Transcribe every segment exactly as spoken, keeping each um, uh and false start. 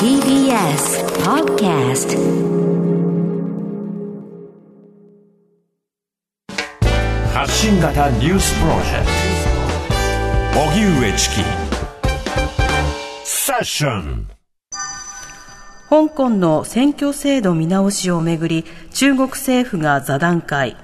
ティービーエス Podcast 発信型ニュースプロジェクト荻上チキセッション。 香港の選挙制度見直しをめぐり中国政府が座談会。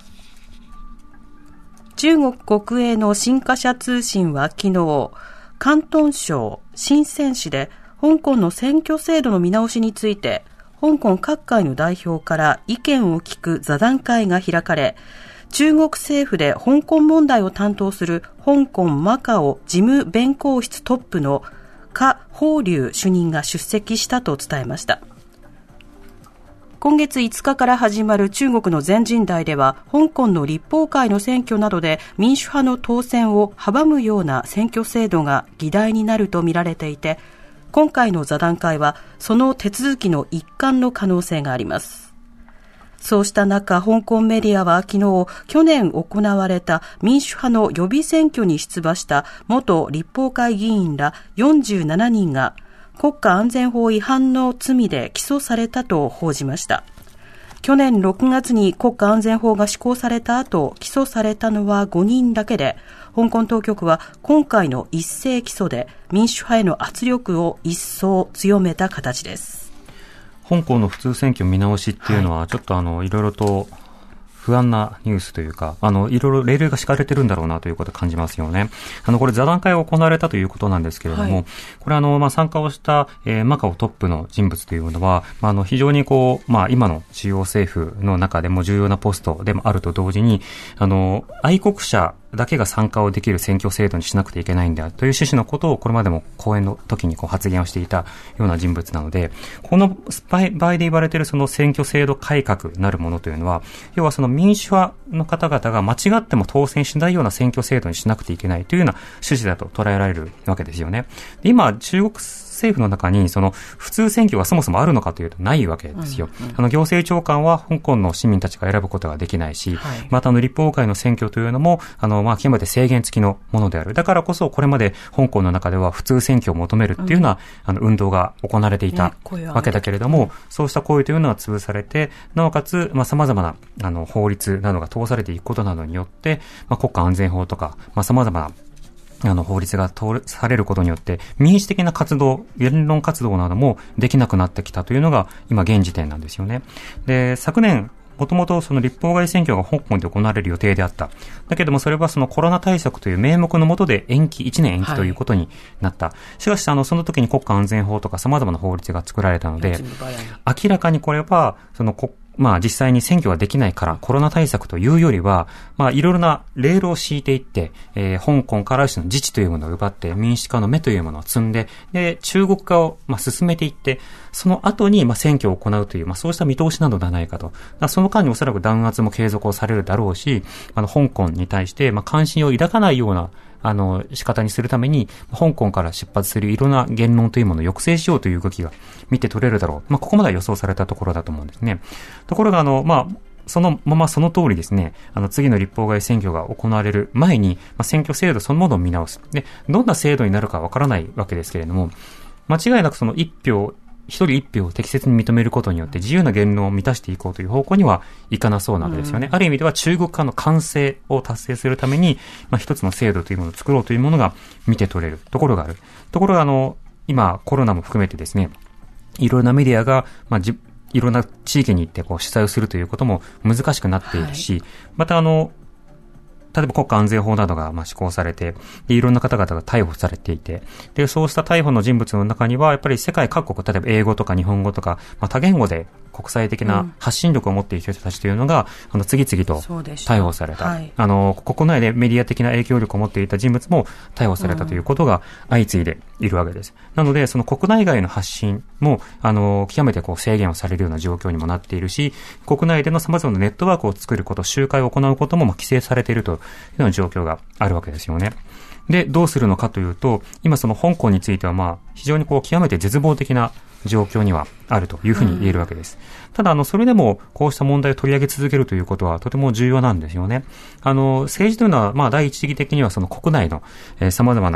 中国国営の新華社通信は昨日、広東省深セン市で香港の選挙制度の見直しについて香港各界の代表から意見を聞く座談会が開かれ、中国政府で香港問題を担当する香港マカオ事務弁公室トップの華宝龍主任が出席したと伝えました。今月いつかから始まる中国の全人代では、香港の立法会の選挙などで民主派の当選を阻むような選挙制度が議題になるとみられていて、今回の座談会はその手続きの一環の可能性があります。そうした中、香港メディアは昨日、去年行われた民主派の予備選挙に出馬した元立法会議員らよんじゅうななにんが国家安全法違反の罪で起訴されたと報じました。去年ろくがつに国家安全法が施行された後、起訴されたのはごにんだけで、香港当局は今回の一斉起訴で民主派への圧力を一層強めた形です。 香港の普通選挙見直しっていうのはちょっとあのいろいろと不安なニュースというか、あのいろいろ例々が敷かれてるんだろうなということを感じますよね。あのこれ座談会が行われたということなんですけれども、はい、これあのまあ参加をした、えー、マカオトップの人物というのは、まあ、あの非常にこうまあ今の主要政府の中でも重要なポストでもあると同時に、あの愛国者だけが参加をできる選挙制度にしなくてはいけないんだという趣旨のことをこれまでも講演の時にこう発言をしていたような人物なので、この場合で言われているその選挙制度改革なるものというのは、要はその民主派の方々が間違っても当選しないような選挙制度にしなくてはいけないというような趣旨だと捉えられるわけですよね。で今中国政府の中にその普通選挙がそもそもあるのかというとないわけですよ。うんうん、あの行政長官は香港の市民たちが選ぶことができないし、はい、またあの立法会の選挙というのもあのまあ極めて制限付きのものである。だからこそこれまで香港の中では普通選挙を求めるっていうような、うん、あの運動が行われていたわけだけれども、ね、そうした行為というのは潰されて、なおかつまあ様々なあの法律などが通されていくことなどによって、まあ、国家安全法とかまあ様々なあの法律が通されることによって民主的な活動、言論活動などもできなくなってきたというのが今現時点なんですよね。で、昨年もともとその立法会選挙が香港で行われる予定であった。だけどもそれはそのコロナ対策という名目の下で延期、いちねん延期ということになった。はい、しかしあのその時に国家安全法とか様々な法律が作られたので、明らかにこれはその国まあ実際に選挙ができないからコロナ対策というよりは、まあいろいろなレールを敷いていって、えー、香港からの自治というものを奪って民主化の目というものを積んで、で中国化をまあ進めていって、その後にまあ選挙を行うという、まあそうした見通しなのではないかと。だその間におそらく弾圧も継続をされるだろうし、あの香港に対してまあ関心を抱かないようなあの仕方にするために香港から出発するいろんな言論というものを抑制しようという動きが見て取れるだろう。まあここまでは予想されたところだと思うんですね。ところがあのまあそのままその通りですね、あの次の立法会選挙が行われる前に、まあ、選挙制度そのものを見直す。で、どんな制度になるかわからないわけですけれども、間違いなくその一票一人一票を適切に認めることによって自由な言論を満たしていこうという方向にはいかなそうなわけですよね。うん、ある意味では中国化の完成を達成するために、まあ、一つの制度というものを作ろうというものが見て取れるところがある。ところがあの、今コロナも含めてですね、いろいろなメディアが、まあ、じいろんな地域に行ってこう主催をするということも難しくなっているし、はい、またあの、例えば国家安全法などがまあ施行されて、いろんな方々が逮捕されていて、で、そうした逮捕の人物の中には、やっぱり世界各国、例えば英語とか日本語とか、まあ、多言語で国際的な発信力を持っている人たちというのが、うん、あの次々と逮捕された。はい、あの、国内でメディア的な影響力を持っていた人物も逮捕されたということが相次いでいるわけです。うん、なので、その国内外の発信も、あの、極めてこう制限をされるような状況にもなっているし、国内での様々なネットワークを作ること、集会を行うこともまあ規制されているというような状況があるわけですよね。で、どうするのかというと、今その香港についてはまあ、非常にこう極めて絶望的な状況にはあるというふうに言えるわけです。うん、ただ、あの、それでもこうした問題を取り上げ続けるということはとても重要なんですよね。あの、政治というのは、まあ、第一義的にはその国内の、えー、様々な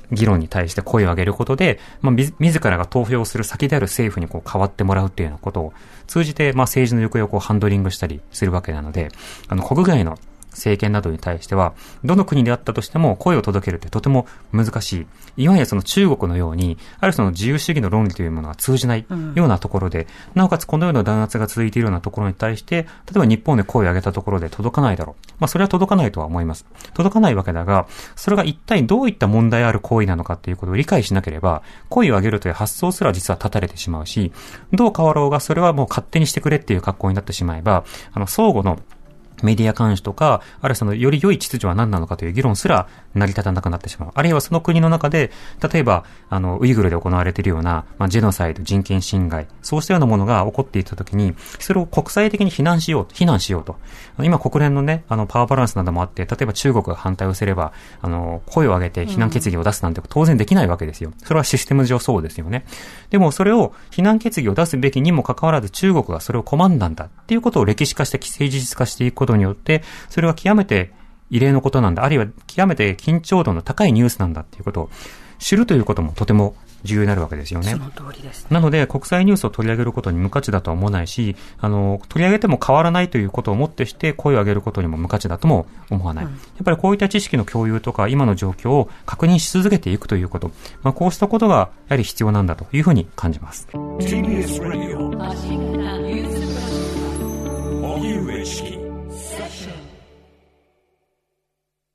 議論に対して声を上げることで、まあ、自らが投票する先である政府にこう変わってもらうっていうようなことを通じて、まあ、政治の行方をこうハンドリングしたりするわけなので、あの、国外の政権などに対しては、どの国であったとしても声を届けるってとても難しい。いわゆるその中国のように、あるその自由主義の論理というものが通じないようなところで、うん、なおかつこのような弾圧が続いているようなところに対して、例えば日本で声を上げたところで届かないだろう。まあそれは届かないとは思います。届かないわけだが、それが一体どういった問題ある行為なのかっていうことを理解しなければ、声を上げるという発想すら実は断たれてしまうし、どう変わろうがそれはもう勝手にしてくれっていう格好になってしまえば、あの相互のメディア監視とか、あるいはそのより良い秩序は何なのかという議論すら成り立たなくなってしまう。あるいはその国の中で、例えば、あの、ウイグルで行われているような、まあ、ジェノサイド、人権侵害、そうしたようなものが起こっていたときに、それを国際的に非難しようと、非難しようと。今国連のね、あの、パワーバランスなどもあって、例えば中国が反対をすれば、あの、声を上げて非難決議を出すなんて当然できないわけですよ。それはシステム上そうですよね。でもそれを非難決議を出すべきにもかかわらず中国がそれを拒んだんだっていうことを歴史化して既成事実化していくことによって、それは極めて異例のことなんだ、あるいは極めて緊張度の高いニュースなんだっていうことを知るということもとても重要になるわけですよね。 その通りですね。 なので国際ニュースを取り上げることに無価値だとは思わないし、あの取り上げても変わらないということをもってして声を上げることにも無価値だとも思わない、うん、やっぱりこういった知識の共有とか今の状況を確認し続けていくということ、まあ、こうしたことがやはり必要なんだというふうに感じます。 ティービーエス ラジオ荻上チキ